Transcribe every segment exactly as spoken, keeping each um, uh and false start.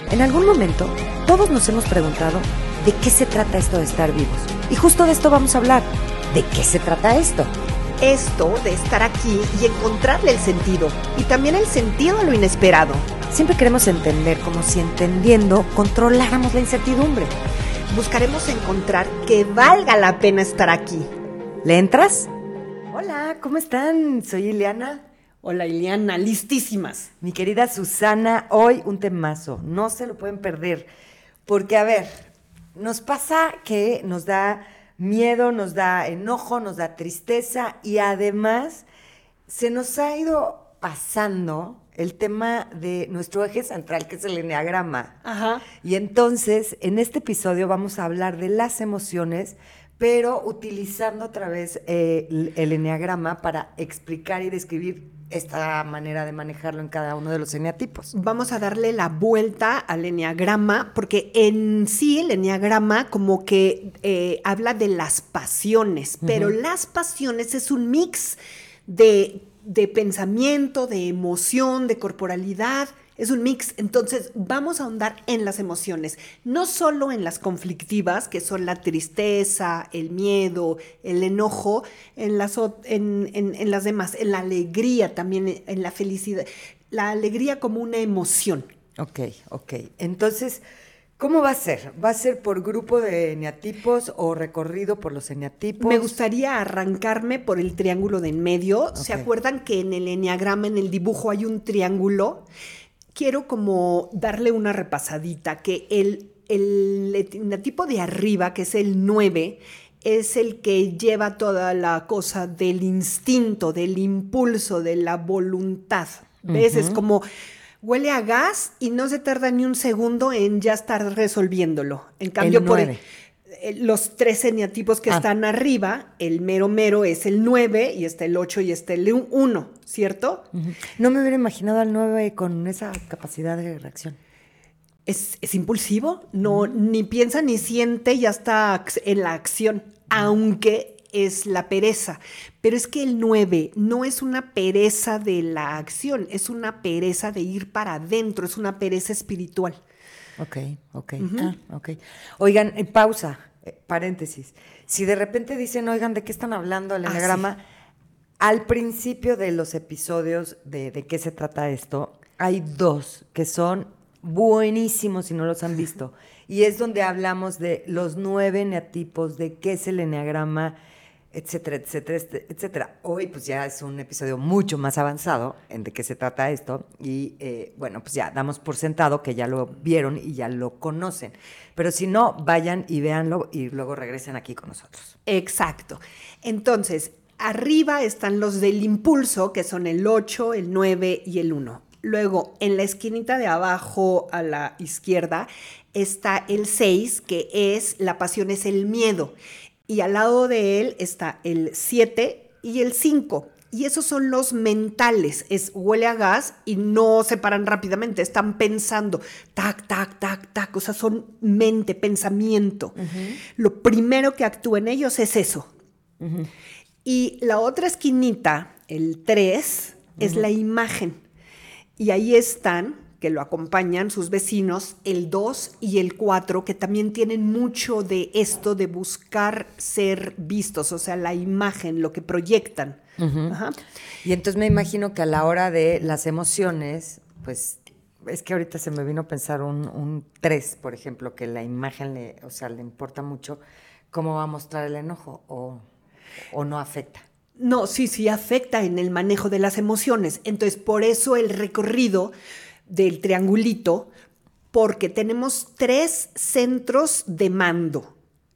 En algún momento, todos nos hemos preguntado de qué se trata esto de estar vivos. Y justo de esto vamos a hablar. ¿De qué se trata esto? Esto de estar aquí y encontrarle el sentido. Y también el sentido a lo inesperado. Siempre queremos entender como si entendiendo controláramos la incertidumbre. Buscaremos encontrar que valga la pena estar aquí. ¿Le entras? Hola, ¿cómo están? Soy Ileana. Hola Ileana, listísimas. Mi querida Susana, hoy un temazo, no se lo pueden perder, porque a ver, nos pasa que nos da miedo, nos da enojo, nos da tristeza y además se nos ha ido pasando el tema de nuestro eje central, que es el eneagrama. Ajá. Y entonces, en este episodio vamos a hablar de las emociones, pero utilizando otra vez eh, el, el eneagrama para explicar y describir esta manera de manejarlo en cada uno de los eneatipos. Vamos a darle la vuelta al eneagrama, porque en sí el eneagrama como que eh, habla de las pasiones, uh-huh. Pero las pasiones es un mix de, de pensamiento, de emoción, de corporalidad. Es un mix, entonces vamos a ahondar en las emociones, no solo en las conflictivas, que son la tristeza, el miedo, el enojo, en las, en, en, en las demás, en la alegría también, en la felicidad, la alegría como una emoción. Ok, ok. Entonces, ¿cómo va a ser? ¿Va a ser por grupo de eneatipos o recorrido por los eneatipos? Me gustaría arrancarme por el triángulo de en medio. Okay. ¿Se acuerdan que en el eneagrama, en el dibujo, hay un triángulo? Quiero como darle una repasadita, que el, el eneatipo de arriba, que es el nueve, es el que lleva toda la cosa del instinto, del impulso, de la voluntad. ¿Ves? Uh-huh. Es como huele a gas y no se tarda ni un segundo en ya estar resolviéndolo. En cambio, el por el, el, los tres eneatipos que ah. están arriba, el mero mero es el nueve, y está el ocho y está el uno, ¿cierto? Uh-huh. No me hubiera imaginado al nueve con esa capacidad de reacción. Es, es impulsivo, no, uh-huh. Ni piensa ni siente, ya está en la acción, uh-huh. Aunque es la pereza. Pero es que el nueve no es una pereza de la acción, es una pereza de ir para adentro, es una pereza espiritual. Ok, ok, uh-huh. ah, ok. Oigan, eh, pausa, eh, paréntesis. Si de repente dicen, oigan, ¿de qué están hablando el eneagrama? Ah, sí. Al principio de los episodios de, de qué se trata esto, hay dos que son buenísimos si no los han visto. Y es donde hablamos de los nueve eneatipos, de qué es el eneagrama, etcétera, etcétera, etcétera. Hoy pues ya es un episodio mucho más avanzado en de qué se trata esto y eh, bueno, pues ya damos por sentado que ya lo vieron y ya lo conocen. Pero si no, vayan y véanlo y luego regresen aquí con nosotros. Exacto. Entonces, arriba están los del impulso, que son el ocho, el nueve y el uno. Luego, en la esquinita de abajo a la izquierda está el seis, que es, la pasión es el miedo. Y al lado de él está el siete y el cinco. Y esos son los mentales. Es huele a gas y no se paran rápidamente. Están pensando. Tac, tac, tac, tac. O sea, son mente, pensamiento. Uh-huh. Lo primero que actúa en ellos es eso. Uh-huh. Y la otra esquinita, el tres, uh-huh. es la imagen. Y ahí están, que lo acompañan sus vecinos, el dos y el cuatro, que también tienen mucho de esto de buscar ser vistos, o sea, la imagen, lo que proyectan. Uh-huh. Ajá. Y entonces me imagino que a la hora de las emociones, pues, es que ahorita se me vino a pensar un, un tres, por ejemplo, que la imagen, le, o sea, le importa mucho, ¿cómo va a mostrar el enojo o, o no afecta? No, sí, sí afecta en el manejo de las emociones. Entonces, por eso el recorrido del triangulito, porque tenemos tres centros de mando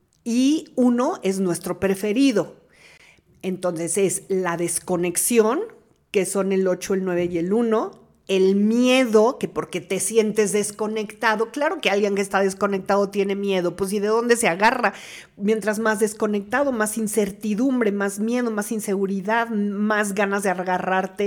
y uno es nuestro preferido. Entonces es la desconexión, que son el ocho, el nueve y el uno, el miedo, que porque te sientes desconectado. Claro que alguien que está desconectado tiene miedo, pues ¿y de dónde se agarra? Mientras más desconectado, más incertidumbre, más miedo, más inseguridad, más ganas de agarrarte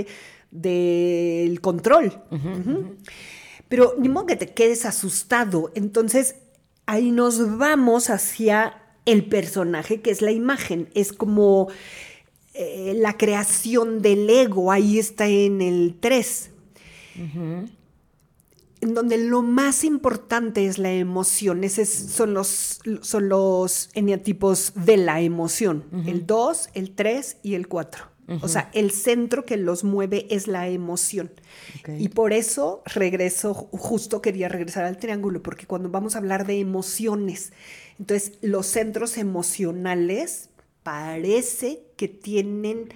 del control. Uh-huh, uh-huh. Pero ni modo que te quedes asustado. Entonces ahí nos vamos hacia el personaje, que es la imagen. Es como eh, la creación del ego. Ahí está en el tres. Uh-huh. en donde lo más importante es la emoción. Esos son los, son los eneatipos de la emoción. Uh-huh. El dos, el tres y el cuatro. Uh-huh. O sea, el centro que los mueve es la emoción. Okay. Y por eso regreso, justo quería regresar al triángulo, porque cuando vamos a hablar de emociones, entonces los centros emocionales parece que tienen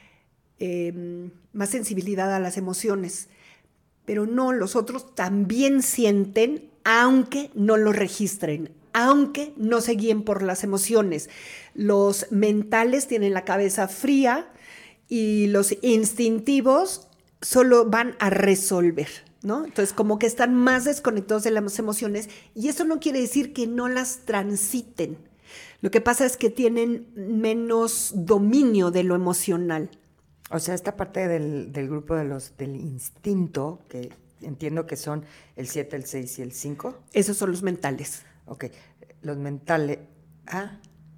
eh, más sensibilidad a las emociones. Pero no, los otros también sienten, aunque no lo registren, aunque no se guíen por las emociones. Los mentales tienen la cabeza fría y los instintivos solo van a resolver, ¿no? Entonces, como que están más desconectados de las emociones, y eso no quiere decir que no las transiten. Lo que pasa es que tienen menos dominio de lo emocional. O sea, esta parte del, del grupo de los del instinto, que entiendo que son el siete, el seis y el cinco. Esos son los mentales. Ok, los mentales. Ah,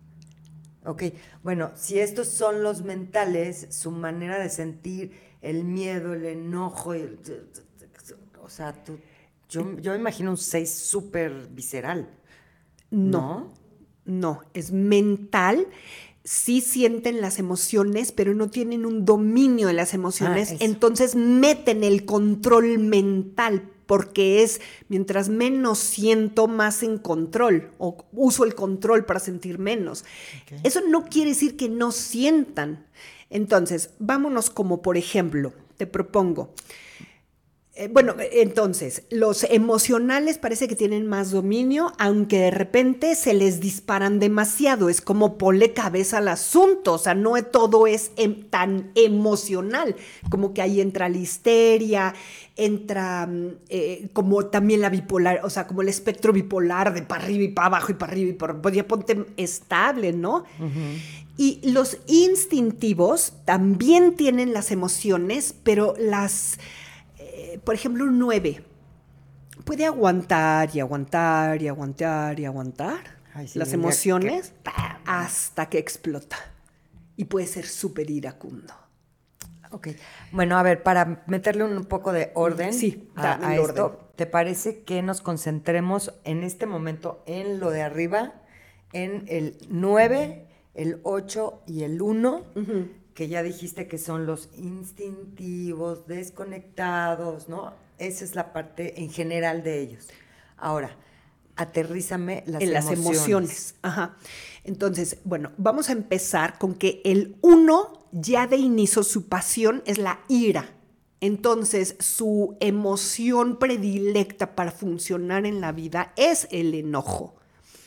ok. Bueno, si estos son los mentales, su manera de sentir el miedo, el enojo, el, o sea, tú, yo, yo me imagino un seis súper visceral. No, no, no, es mental. Sí sienten las emociones, pero no tienen un dominio de las emociones, ah, entonces meten el control mental, porque es mientras menos siento, más en control, o uso el control para sentir menos. Okay. Eso no quiere decir que no sientan. Entonces, vámonos como por ejemplo, te propongo, Eh, bueno, entonces, los emocionales parece que tienen más dominio, aunque de repente se les disparan demasiado. Es como ponle cabeza al asunto, o sea, no todo es em, tan emocional, como que ahí entra la histeria, entra eh, como también la bipolar, o sea, como el espectro bipolar de para arriba y para abajo y para arriba y para pues ya ponte estable, ¿no? Uh-huh. Y los instintivos también tienen las emociones, pero las... Por ejemplo, un nueve puede aguantar y aguantar y aguantar y aguantar Ay, sí, las emociones que... hasta que explota. Y puede ser súper iracundo. Ok. Bueno, a ver, para meterle un poco de orden sí, a, a esto, orden. ¿Te parece que nos concentremos en este momento en lo de arriba, en el nueve, el ocho y el uno? Uh-huh. Que ya dijiste que son los instintivos, desconectados, ¿no? Esa es la parte en general de ellos. Ahora, aterrízame las en emociones. las emociones. Ajá. Entonces, bueno, vamos a empezar con que el uno, ya de inicio, su pasión es la ira. Entonces, su emoción predilecta para funcionar en la vida es el enojo.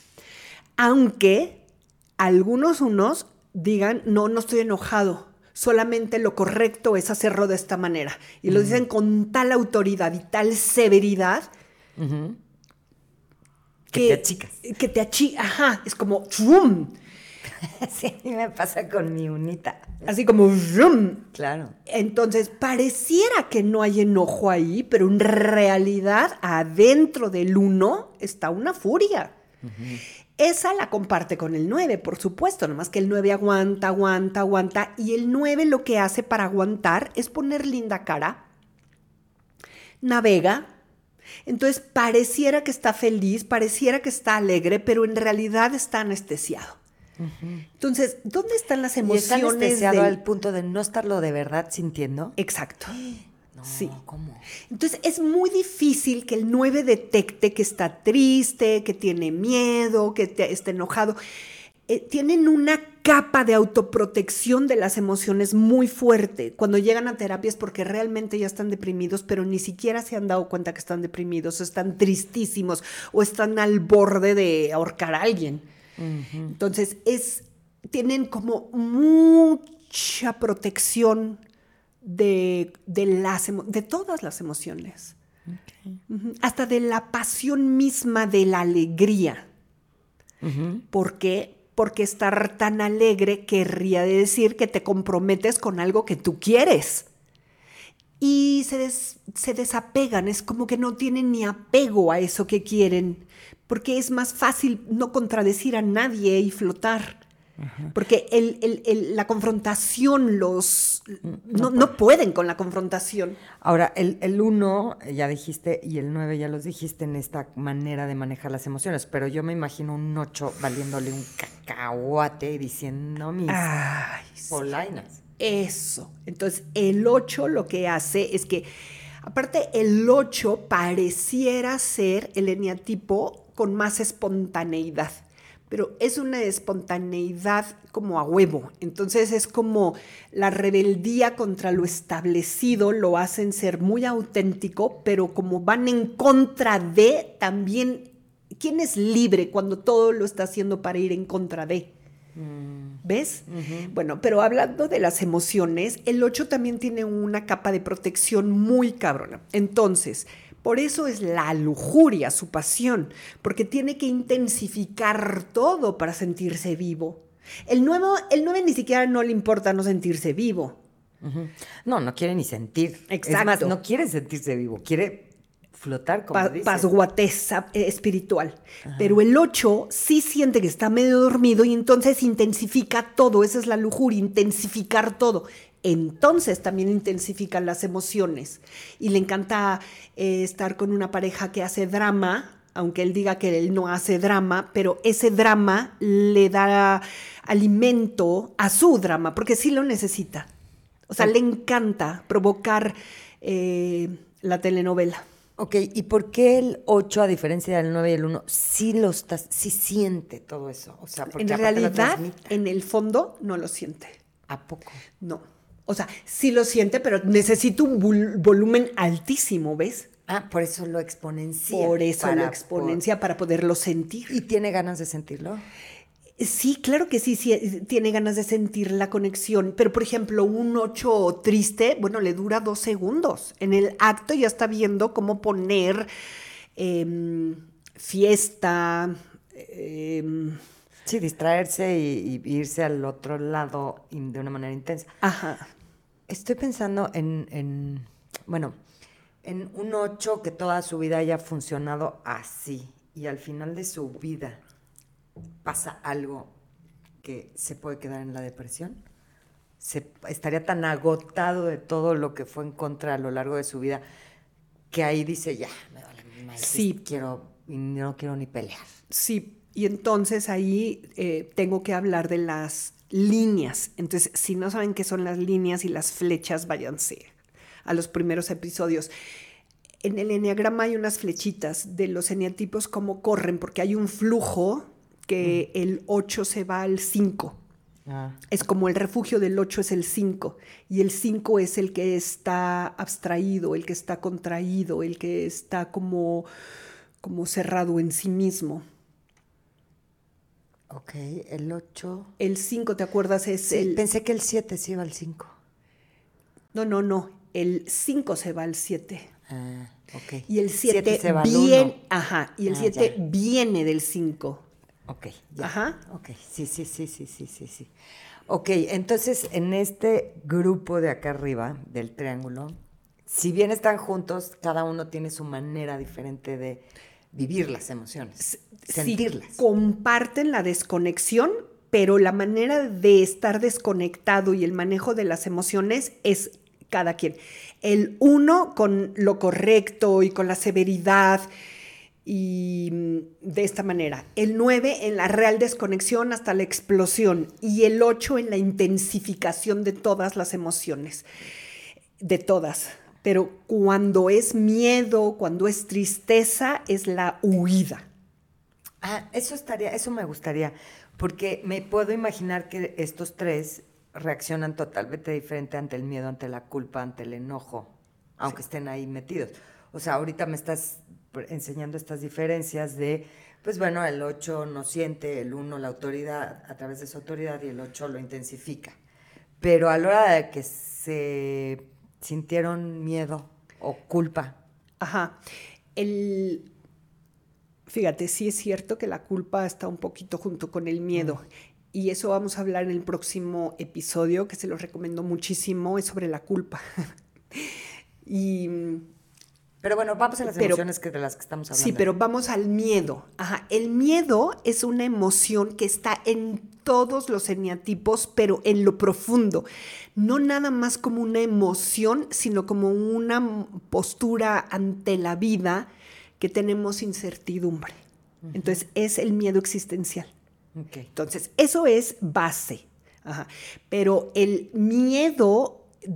Aunque algunos unos digan, no, no estoy enojado, solamente lo correcto es hacerlo de esta manera. Y uh-huh. lo dicen con tal autoridad y tal severidad uh-huh. que, que te achicas. Que te achicas, ajá, es como ¡trum! Sí, a mí me pasa con mi unita. Así como ¡rum! Claro. Entonces, pareciera que no hay enojo ahí, pero en realidad adentro del uno está una furia. Uh-huh. Esa la comparte con el nueve, por supuesto, nomás que el nueve aguanta, aguanta, aguanta, y el nueve lo que hace para aguantar es poner linda cara, navega, entonces pareciera que está feliz, pareciera que está alegre, pero en realidad está anestesiado. Uh-huh. Entonces, ¿dónde están las emociones? ¿Y está anestesiado del... al punto de no estarlo de verdad sintiendo? Exacto. No, sí. ¿Cómo? Entonces es muy difícil que el nueve detecte que está triste, que tiene miedo, que te, está enojado. Eh, tienen una capa de autoprotección de las emociones muy fuerte. Cuando llegan a terapia es porque realmente ya están deprimidos, pero ni siquiera se han dado cuenta que están deprimidos, o están tristísimos, o están al borde de ahorcar a alguien. Uh-huh. Entonces es, tienen como mucha protección De, de, las, de todas las emociones. Okay. Uh-huh. Hasta de la pasión misma de la alegría. Uh-huh. ¿Por qué? Porque estar tan alegre querría decir que te comprometes con algo que tú quieres. Y se, des, se desapegan, es como que no tienen ni apego a eso que quieren, porque es más fácil no contradecir a nadie y flotar. Uh-huh. Porque el, el, el, la confrontación, los no, no, no pueden con la confrontación. Ahora, el, el uno, ya dijiste, y el nueve ya los dijiste en esta manera de manejar las emociones, pero yo me imagino un ocho valiéndole un cacahuate y diciendo mis Ay, polainas. Eso. Entonces, el ocho lo que hace es que, aparte, el ocho pareciera ser el eneatipo con más espontaneidad, pero es una espontaneidad como a huevo. Entonces es como la rebeldía contra lo establecido, lo hacen ser muy auténtico, pero como van en contra de, también, ¿quién es libre cuando todo lo está haciendo para ir en contra de? ¿Ves? Uh-huh. Bueno, pero hablando de las emociones, el ocho también tiene una capa de protección muy cabrona. Entonces, por eso es la lujuria, su pasión, porque tiene que intensificar todo para sentirse vivo. El nuevo, el nueve ni siquiera no le importa no sentirse vivo. Uh-huh. No, no quiere ni sentir. Exacto. Es más, no quiere sentirse vivo, quiere flotar, como pa- dices. Pasguateza eh, espiritual. Ajá. Pero el ocho sí siente que está medio dormido y entonces intensifica todo. Esa es la lujuria, intensificar todo. Entonces también intensifican las emociones. Y le encanta eh, estar con una pareja que hace drama, aunque él diga que él no hace drama, pero ese drama le da alimento a su drama, porque sí lo necesita. O sea, sí. Le encanta provocar eh, la telenovela. Ok, ¿y por qué el ocho, a diferencia del nueve y el uno, sí lo está, sí siente todo eso? O sea, porque en realidad, en el fondo, no lo siente. ¿A poco? No. O sea, sí lo siente, pero necesita un vol- volumen altísimo, ¿ves? Ah, por eso lo exponencia. Por eso lo exponencia, por... para poderlo sentir. ¿Y tiene ganas de sentirlo? Sí, claro que sí, sí, tiene ganas de sentir la conexión, pero por ejemplo, un ocho triste, bueno, le dura dos segundos. En el acto ya está viendo cómo poner eh, fiesta. Eh, sí, distraerse y, y irse al otro lado de una manera intensa. Ajá. Estoy pensando en, en bueno, en un ocho que toda su vida haya funcionado así y al final de su vida pasa algo que se puede quedar en la depresión, se estaría tan agotado de todo lo que fue en contra a lo largo de su vida que ahí dice, ya, me vale mal, sí. quiero, y no quiero ni pelear. Sí, y entonces ahí eh, tengo que hablar de las líneas. Entonces, si no saben qué son las líneas y las flechas, váyanse a los primeros episodios. En el eneagrama hay unas flechitas de los eneatipos, cómo corren, porque hay un flujo que mm. el ocho se va al cinco. Ah. Es como el refugio del ocho es el cinco, y el cinco es el que está abstraído, el que está contraído, el que está como, como cerrado en sí mismo. Ok, el ocho... El cinco, ¿te acuerdas? Es sí, el... Pensé que el siete se iba al cinco. No, no, no, el cinco se va al siete. Ah, ok. Y el siete viene, ajá, y el ah, siete viene del cinco. Ok, ya. Ajá. Ok, sí, sí, sí, sí, sí, sí, sí. Ok, entonces en este grupo de acá arriba del triángulo, si bien están juntos, cada uno tiene su manera diferente de vivir las emociones, sentirlas. Sí, comparten la desconexión, pero la manera de estar desconectado y el manejo de las emociones es cada quien. El uno con lo correcto y con la severidad y de esta manera. El nueve en la real desconexión hasta la explosión. Y el ocho en la intensificación de todas las emociones. De todas. Pero cuando es miedo, cuando es tristeza, es la huida. Ah, eso estaría, eso me gustaría. Porque me puedo imaginar que estos tres reaccionan totalmente diferente ante el miedo, ante la culpa, ante el enojo, aunque sí. estén ahí metidos. O sea, ahorita me estás enseñando estas diferencias de, pues bueno, el ocho no siente, el uno la autoridad, a través de su autoridad, y el ocho lo intensifica. Pero a la hora de que se sintieron miedo o culpa. Ajá. El... Fíjate, sí es cierto que la culpa está un poquito junto con el miedo. Mm. Y eso vamos a hablar en el próximo episodio, que se los recomiendo muchísimo, es sobre la culpa. y Pero bueno, vamos a las pero, emociones que de las que estamos hablando. Sí, pero vamos al miedo. Ajá. El miedo es una emoción que está en todos los eneatipos, pero en lo profundo. No nada más como una emoción, sino como una postura ante la vida que tenemos incertidumbre. Uh-huh. Entonces, es el miedo existencial. Okay. Entonces, eso es base. Ajá. Pero el miedo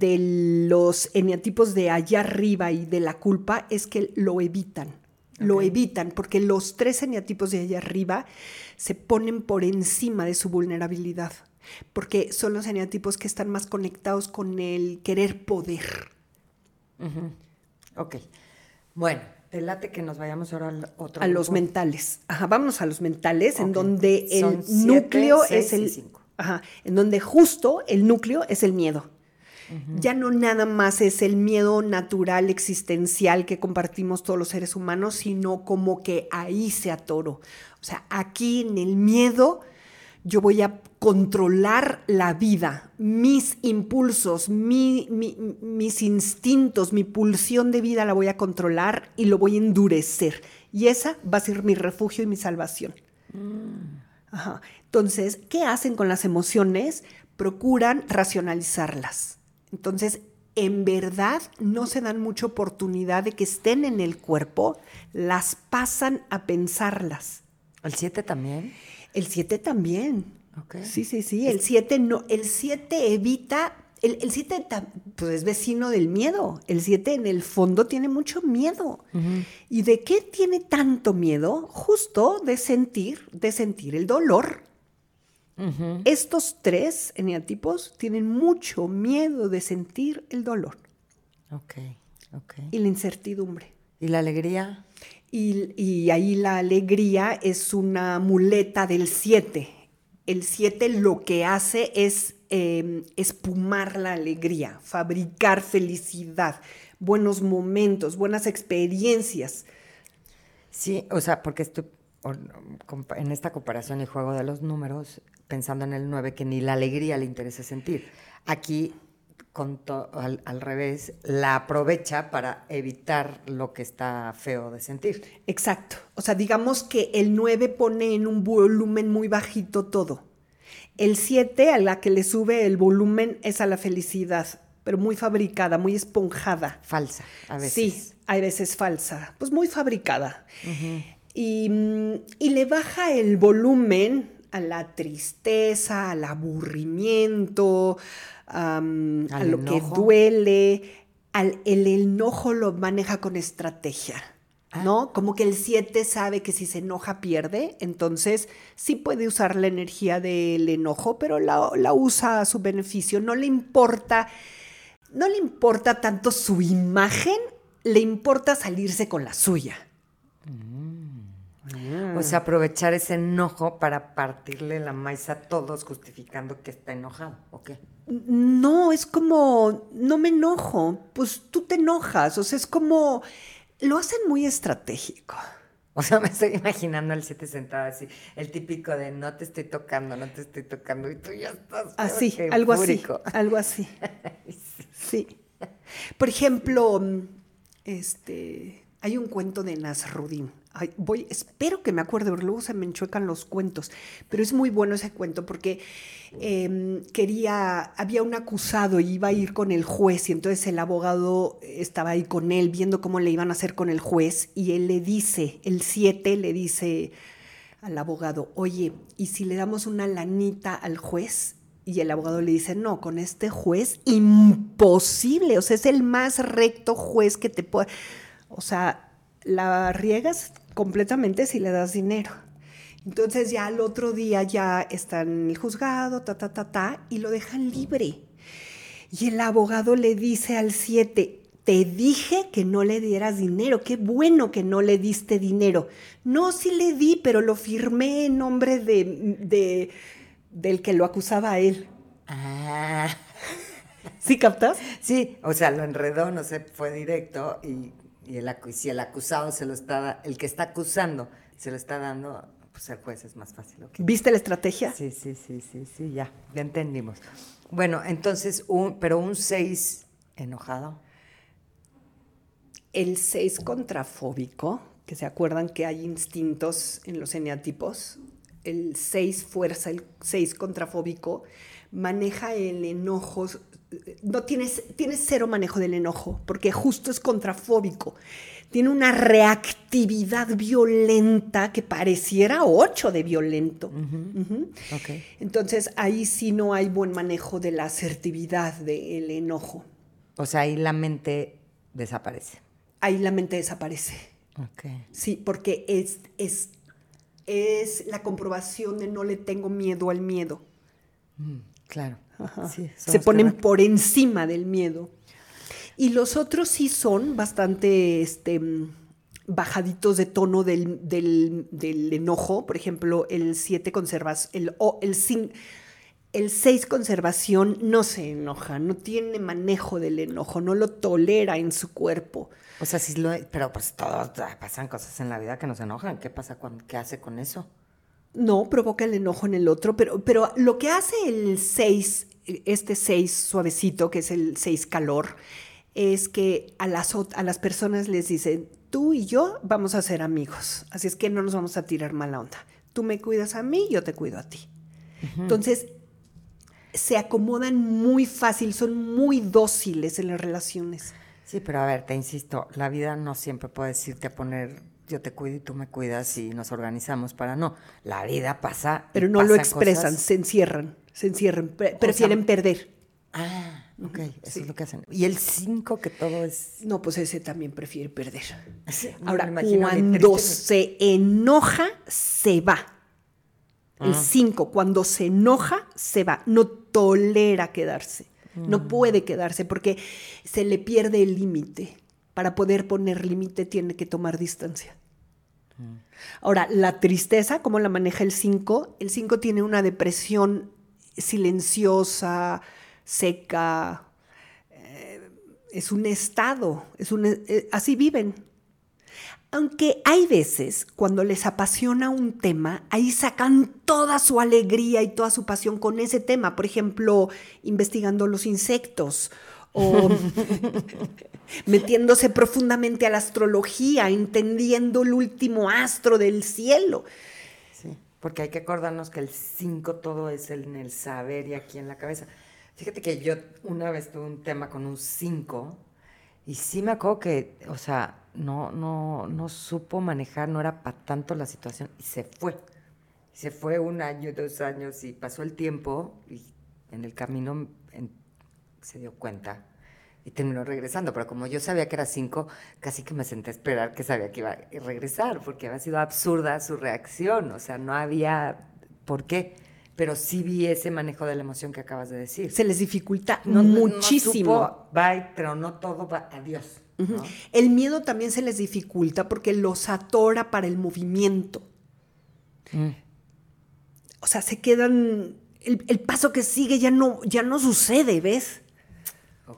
de los eneatipos de allá arriba y de la culpa es que lo evitan, okay. lo evitan, porque los tres eneatipos de allá arriba se ponen por encima de su vulnerabilidad, porque son los eneatipos que están más conectados con el querer poder. Uh-huh. Ok, bueno, te late que nos vayamos ahora al otro A grupo. Los mentales, ajá, vámonos a los mentales, okay. en donde el son siete, núcleo seis es el, y cinco. Ajá, en donde justo el núcleo es el miedo. Uh-huh. Ya no nada más es el miedo natural, existencial que compartimos todos los seres humanos, sino como que ahí se atoró. O sea, aquí en el miedo yo voy a controlar la vida, mis impulsos, mi, mi, mis instintos, mi pulsión de vida la voy a controlar y lo voy a endurecer. Y esa va a ser mi refugio y mi salvación. Mm. Ajá. Entonces, ¿qué hacen con las emociones? Procuran racionalizarlas. Entonces, en verdad, no se dan mucha oportunidad de que estén en el cuerpo, las pasan a pensarlas. ¿El siete también? El siete también. Okay. Sí, sí, sí. El siete no, el siete evita, el, el siete pues es vecino del miedo. El siete en el fondo tiene mucho miedo. Uh-huh. ¿Y de qué tiene tanto miedo? Justo de sentir, de sentir el dolor. Uh-huh. Estos tres eneatipos tienen mucho miedo de sentir el dolor. Ok, ok. Y la incertidumbre. ¿Y la alegría? Y, y ahí la alegría es una muleta del siete. El siete lo que hace es eh, espumar la alegría, fabricar felicidad, buenos momentos, buenas experiencias. Sí, o sea, porque estoy en esta comparación y juego de los números, pensando en el nueve, que ni la alegría le interesa sentir. Aquí, con to, al, al revés, la aprovecha para evitar lo que está feo de sentir. Exacto. O sea, digamos que el nueve pone en un volumen muy bajito todo. El siete, a la que le sube el volumen, es a la felicidad, pero muy fabricada, muy esponjada. Falsa, a veces. Sí, hay veces falsa, pues muy fabricada. Uh-huh. Y, y le baja el volumen a la tristeza, al aburrimiento, um, a lo enojo. Que duele. Al, el enojo lo maneja con estrategia, ah. ¿no? Como que el siete sabe que si se enoja pierde, entonces sí puede usar la energía del enojo, pero la, la usa a su beneficio. No le importa, no le importa tanto su imagen, le importa salirse con la suya. Mm. O sea, aprovechar ese enojo para partirle la maíz a todos justificando que está enojado, ¿o qué? No, es como, no me enojo, pues tú te enojas, o sea, es como, lo hacen muy estratégico. O sea, me estoy imaginando al siete sentado así, el típico de no te estoy tocando, no te estoy tocando y tú ya estás. Así, algo fúrico. así, algo así. Sí. sí. Por ejemplo, este, hay un cuento de Nasruddin. Ay, voy, espero que me acuerde, porque luego se me enchuecan los cuentos, pero es muy bueno ese cuento porque eh, quería, había un acusado y iba a ir con el juez y entonces el abogado estaba ahí con él viendo cómo le iban a hacer con el juez y él le dice, el siete le dice al abogado, oye, ¿y si le damos una lanita al juez? Y el abogado le dice, no, con este juez imposible, o sea, es el más recto juez que te pueda, o sea, la riegas completamente si le das dinero. Entonces ya al otro día ya está en el juzgado, ta, ta, ta, ta, y lo dejan libre. Y el abogado le dice al siete, te dije que no le dieras dinero, qué bueno que no le diste dinero. No, sí le di, pero lo firmé en nombre de, de, del que lo acusaba a él. Ah. ¿Sí captas? Sí, o sea, lo enredó, no sé, fue directo y... Y, el, y si el acusado se lo está, el que está acusando se lo está dando, pues el juez es más fácil. ¿Okay? ¿Viste la estrategia? Sí, sí, sí, sí, sí, ya, ya entendimos. Bueno, entonces, un, pero un seis enojado. El seis contrafóbico, que se acuerdan que hay instintos en los eneatipos, el seis fuerza, el seis contrafóbico, maneja el enojo, no tienes, tienes cero manejo del enojo, porque justo es contrafóbico. Tiene una reactividad violenta que pareciera ocho de violento. Uh-huh. Uh-huh. Okay. Entonces, ahí sí no hay buen manejo de la asertividad del enojo. O sea, ahí la mente desaparece. Ahí la mente desaparece. Okay. Sí, porque es, es, es la comprobación de no le tengo miedo al miedo. Mm, claro. Sí, se ponen correctos. Por encima del miedo. Y los otros sí son bastante este, bajaditos de tono del, del, del enojo. Por ejemplo, el siete conservas, el, oh, el, el seis conservación no se enoja, no tiene manejo del enojo, no lo tolera en su cuerpo. O sea, sí lo, pero pues todos pasan cosas en la vida que nos enojan. ¿Qué pasa cuando, qué hace con eso? No, provoca el enojo en el otro, pero, pero lo que hace el seis, este seis suavecito, que es el seis calor, es que a las, a las personas les dicen, tú y yo vamos a ser amigos, así es que no nos vamos a tirar mala onda. Tú me cuidas a mí, yo te cuido a ti. Uh-huh. Entonces, se acomodan muy fácil, son muy dóciles en las relaciones. Sí, pero a ver, te insisto, la vida no siempre puede decirte a poner yo te cuido y tú me cuidas y nos organizamos para no. La vida pasa. Pero no lo expresan, cosas... se encierran, se encierran, pre- prefieren sea, perder. Ah, ok, eso sí. Es lo que hacen. Y el cinco, que todo es... No, pues ese también prefiere perder. Sí, ahora, cuando se enoja, se va. Ah. El cinco, cuando se enoja, se va. No tolera quedarse. Mm. No puede quedarse porque se le pierde el límite. Para poder poner límite tiene que tomar distancia. Mm. Ahora, la tristeza, ¿cómo la maneja el cinco? El cinco tiene una depresión silenciosa, seca, eh, es un estado, es un, eh, así viven. Aunque hay veces, cuando les apasiona un tema, ahí sacan toda su alegría y toda su pasión con ese tema. Por ejemplo, investigando los insectos o metiéndose profundamente a la astrología, entendiendo el último astro del cielo. Sí, porque hay que acordarnos que el cinco todo es en el saber y aquí en la cabeza. Fíjate que yo una vez tuve un tema con un cinco y sí me acuerdo que, o sea, no, no, no supo manejar, no era para tanto la situación y se fue. Se fue un año, dos años y pasó el tiempo y en el camino en, se dio cuenta y terminó regresando. Pero como yo sabía que era cinco, casi que me senté a esperar que sabía que iba a regresar porque había sido absurda su reacción. O sea, no había por qué. Pero sí vi ese manejo de la emoción que acabas de decir. Se les dificulta no, muchísimo. No supo, bye, pero no todo va, adiós. Uh-huh. ¿No? El miedo también se les dificulta porque los atora para el movimiento. Mm. O sea, se quedan, el, el paso que sigue ya no, ya no sucede, ¿ves? Ok.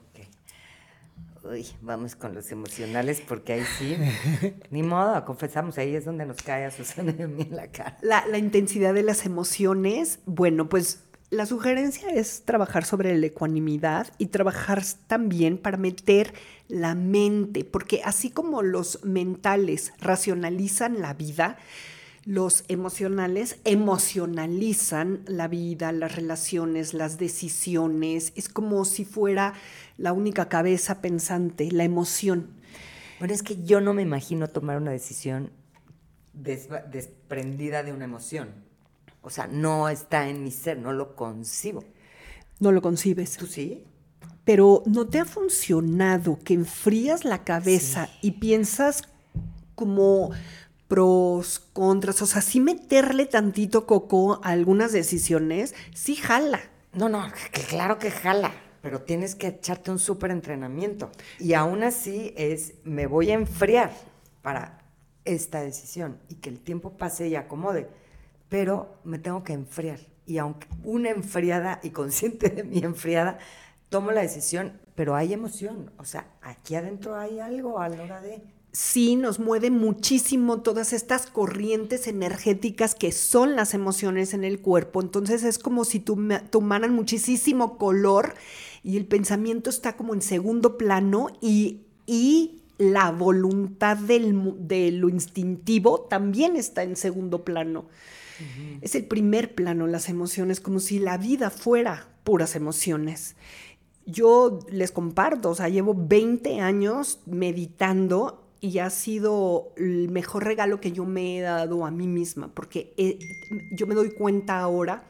Uy, vamos con los emocionales porque ahí sí, ni modo, confesamos, ahí es donde nos cae a Susana y a mí en la cara. La, la intensidad de las emociones, bueno, pues la sugerencia es trabajar sobre la ecuanimidad y trabajar también para meter la mente, porque así como los mentales racionalizan la vida, los emocionales emocionalizan la vida, las relaciones, las decisiones. Es como si fuera la única cabeza pensante, la emoción. Bueno, es que yo no me imagino tomar una decisión des- desprendida de una emoción. O sea, no está en mi ser, no lo concibo. No lo concibes. ¿Tú sí? Pero ¿no te ha funcionado que enfrías la cabeza sí. y piensas como pros, contras? O sea, sí meterle tantito coco a algunas decisiones, sí jala. No, no, claro que jala, pero tienes que echarte un súper entrenamiento. Y aún así es, me voy a enfriar para esta decisión y que el tiempo pase y acomode. Pero me tengo que enfriar. Y aunque una enfriada y consciente de mi enfriada, tomo la decisión, pero hay emoción. O sea, aquí adentro hay algo a la hora de... Sí, nos mueve muchísimo todas estas corrientes energéticas que son las emociones en el cuerpo. Entonces es como si tomaran muchísimo color y el pensamiento está como en segundo plano y, y la voluntad del, de lo instintivo también está en segundo plano. Uh-huh. Es el primer plano, las emociones, como si la vida fuera puras emociones. Yo les comparto, o sea, llevo veinte años meditando y ha sido el mejor regalo que yo me he dado a mí misma, porque he, yo me doy cuenta ahora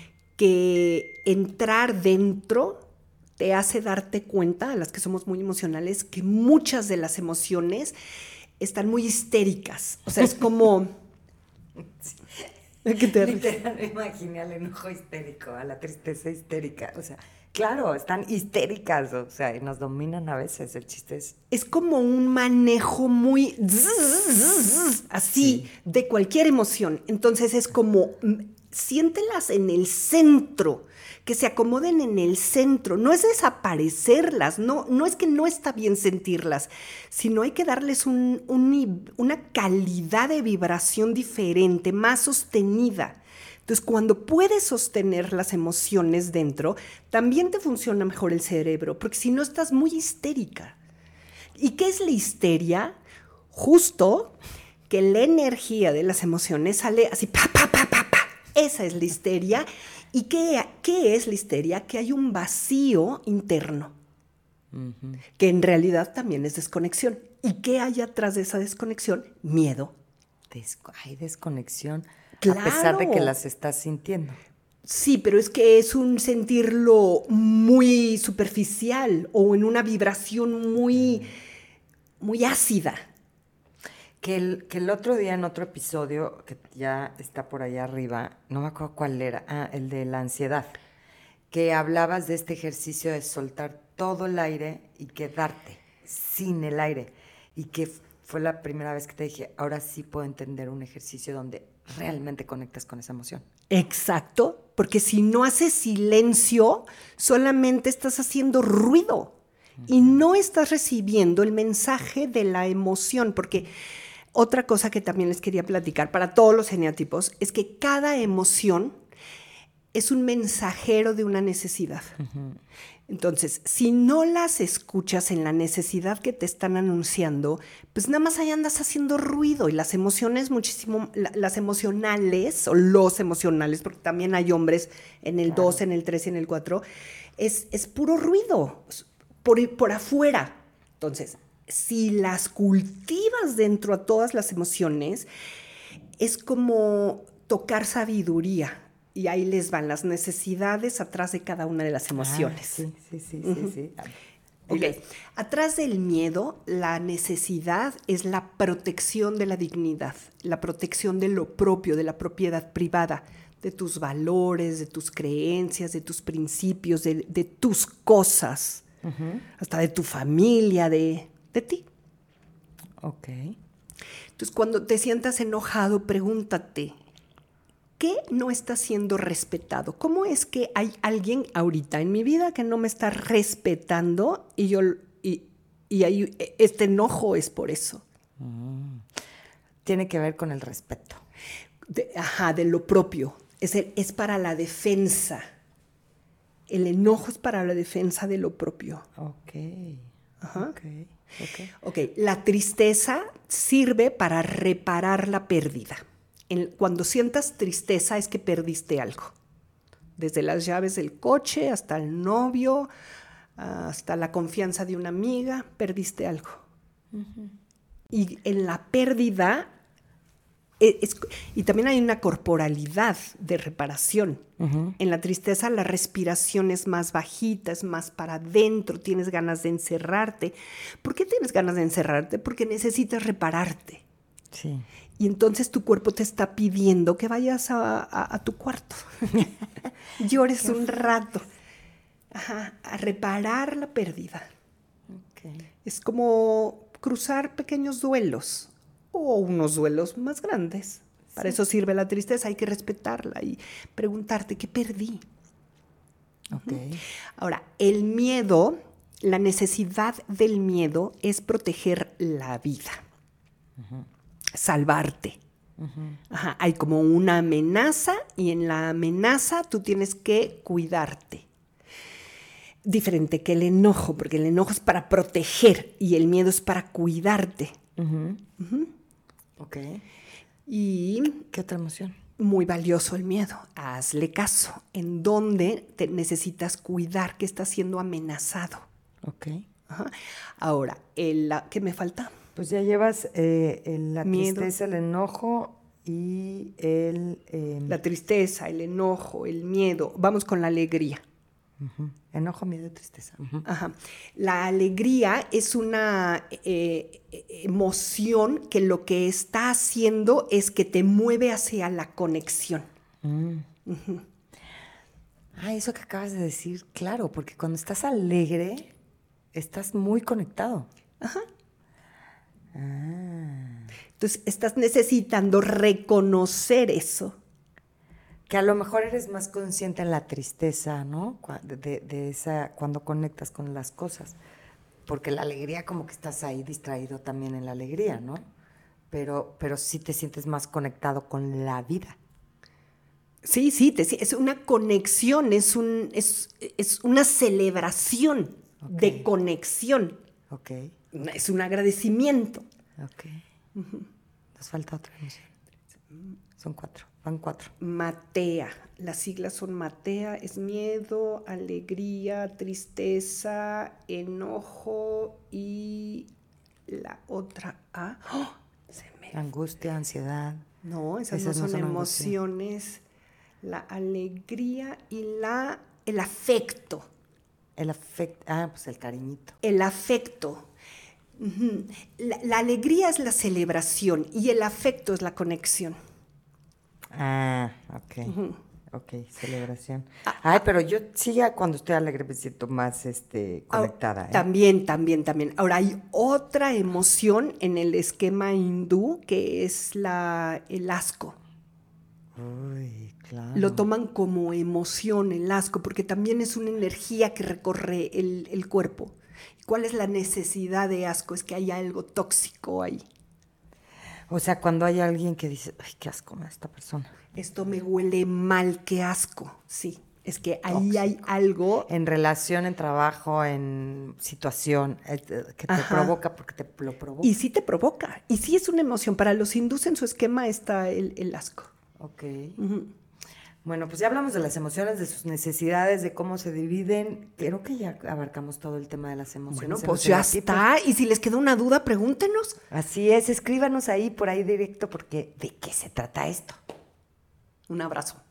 que entrar dentro te hace darte cuenta, a las que somos muy emocionales, que muchas de las emociones están muy histéricas. O sea, es como... Sí. ¿Qué te Literal, me imaginé al enojo histérico, a la tristeza histérica. O sea, claro, están histéricas, o sea, y nos dominan a veces. El chiste es... Es como un manejo muy... así, sí. De cualquier emoción. Entonces es como... siéntelas en el centro, que se acomoden en el centro. No es desaparecerlas, no, no es que no está bien sentirlas, sino hay que darles un, un, una calidad de vibración diferente, más sostenida. Entonces, cuando puedes sostener las emociones dentro, también te funciona mejor el cerebro, porque si no estás muy histérica. ¿Y qué es la histeria? Justo que la energía de las emociones sale así, pa, pa, pa, pa, pa. Esa es la histeria. ¿Y qué, qué es la histeria? Que hay un vacío interno, uh-huh. que en realidad también es desconexión. ¿Y qué hay atrás de esa desconexión? Miedo. Desco- hay desconexión, claro. A pesar de que las estás sintiendo. Sí, pero es que es un sentirlo muy superficial o en una vibración muy, muy ácida. Que el, que el otro día en otro episodio, que ya está por allá arriba, no me acuerdo cuál era, ah, el de la ansiedad, que hablabas de este ejercicio de soltar todo el aire y quedarte sin el aire, y que fue la primera vez que te dije, ahora sí puedo entender un ejercicio donde realmente conectas con esa emoción. Exacto, porque si no haces silencio, solamente estás haciendo ruido uh-huh. y no estás recibiendo el mensaje de la emoción, porque... Otra cosa que también les quería platicar para todos los eneatipos es que cada emoción es un mensajero de una necesidad. Uh-huh. Entonces, si no las escuchas en la necesidad que te están anunciando, pues nada más ahí andas haciendo ruido. Y las emociones muchísimo, la, las emocionales, o los emocionales, porque también hay hombres en el dos, en el tres y en el cuatro, es, es puro ruido, por, por afuera. Entonces, si las cultivas dentro a todas las emociones, es como tocar sabiduría. Y ahí les van las necesidades atrás de cada una de las emociones. Ah, sí, sí, sí, uh-huh. sí, sí. Okay. Atrás del miedo, la necesidad es la protección de la dignidad, la protección de lo propio, de la propiedad privada, de tus valores, de tus creencias, de tus principios, de, de tus cosas, uh-huh. hasta de tu familia, de... de ti. Ok. Entonces, cuando te sientas enojado, pregúntate, ¿qué no está siendo respetado? ¿Cómo es que hay alguien ahorita en mi vida que no me está respetando y yo y, y hay, este enojo es por eso? Mm. Tiene que ver con el respeto. De, ajá, de lo propio. Es, el, es para la defensa. El enojo es para la defensa de lo propio. Ok. Ajá. Okay. Okay. Ok, la tristeza sirve para reparar la pérdida. En, cuando sientas tristeza es que perdiste algo. Desde las llaves del coche hasta el novio, hasta la confianza de una amiga, perdiste algo. Uh-huh. Y en la pérdida, es, y también hay una corporalidad de reparación. Uh-huh. En la tristeza la respiración es más bajita, es más para adentro, tienes ganas de encerrarte. ¿Por qué tienes ganas de encerrarte? Porque necesitas repararte. Sí. Y entonces tu cuerpo te está pidiendo que vayas a, a, a tu cuarto, llores un rato, ajá, a reparar la pérdida. Okay. Es como cruzar pequeños duelos o unos duelos más grandes. Para sí. eso sirve la tristeza, hay que respetarla y preguntarte, ¿qué perdí? Okay. Uh-huh. Ahora, el miedo, la necesidad del miedo es proteger la vida. Uh-huh. Salvarte. Uh-huh. Ajá, hay como una amenaza y en la amenaza tú tienes que cuidarte. diferente que el enojo, porque el enojo es para proteger y el miedo es para cuidarte. Uh-huh. Uh-huh. Ok. Y ¿qué otra emoción? Muy valioso el miedo. Hazle caso. En dónde te necesitas cuidar, que estás siendo amenazado. Ok. Ajá. Ahora, el, ¿qué me falta? Pues ya llevas eh, el, la miedo. tristeza, el enojo y el... Eh... La tristeza, el enojo, el miedo. Vamos con la alegría. Uh-huh. Enojo, miedo y tristeza. Uh-huh. Ajá. La alegría es una eh, emoción que lo que está haciendo es que te mueve hacia la conexión. Mm. Uh-huh. Ah, eso que acabas de decir, claro, porque cuando estás alegre, estás muy conectado. Ajá. Ah. Entonces, estás necesitando reconocer eso. Que a lo mejor eres más consciente en la tristeza, ¿no? De, de, de esa, cuando conectas con las cosas. Porque la alegría, como que estás ahí distraído también en la alegría, ¿no? Pero, pero sí te sientes más conectado con la vida. Sí, sí, te, es una conexión, es, un, es, es una celebración okay. de conexión. Ok. Es un agradecimiento. Ok. Uh-huh. Nos falta otra emoción. Son cuatro, van cuatro. Matea, las siglas son Matea, es miedo, alegría, tristeza, enojo y la otra A. ¡Oh! Se me... Angustia, ansiedad. No, esas, esas no, son no son emociones. Angustia. La alegría y la el afecto. El afecto, ah, pues el cariñito. El afecto. Uh-huh. La, la alegría es la celebración y el afecto es la conexión. Ah, ok. Uh-huh. Ok, celebración. Ah, Ay, pero yo sí ya cuando estoy alegre me siento más este, conectada. Ah, ¿eh? También, también, también. Ahora, hay otra emoción en el esquema hindú que es la, el asco. Uy, claro. Lo toman como emoción, el asco, porque también es una energía que recorre el, el cuerpo. ¿Cuál es la necesidad de asco? Es que hay algo tóxico ahí. O sea, cuando hay alguien que dice, ay, qué asco me da esta persona. Esto me huele mal, qué asco. Sí, es que ahí tóxico. Hay algo. En relación, en trabajo, en situación, que te Ajá. provoca porque te lo provoca. Y sí te provoca. Y sí es una emoción. Para los hindúes en su esquema está el, el asco. Ok. Uh-huh. Bueno, pues ya hablamos de las emociones, de sus necesidades, de cómo se dividen. Creo que ya abarcamos todo el tema de las emociones. Bueno, pues ya está. Y si les quedó una duda, pregúntenos. Así es, escríbanos ahí, por ahí directo, porque ¿de qué se trata esto? Un abrazo.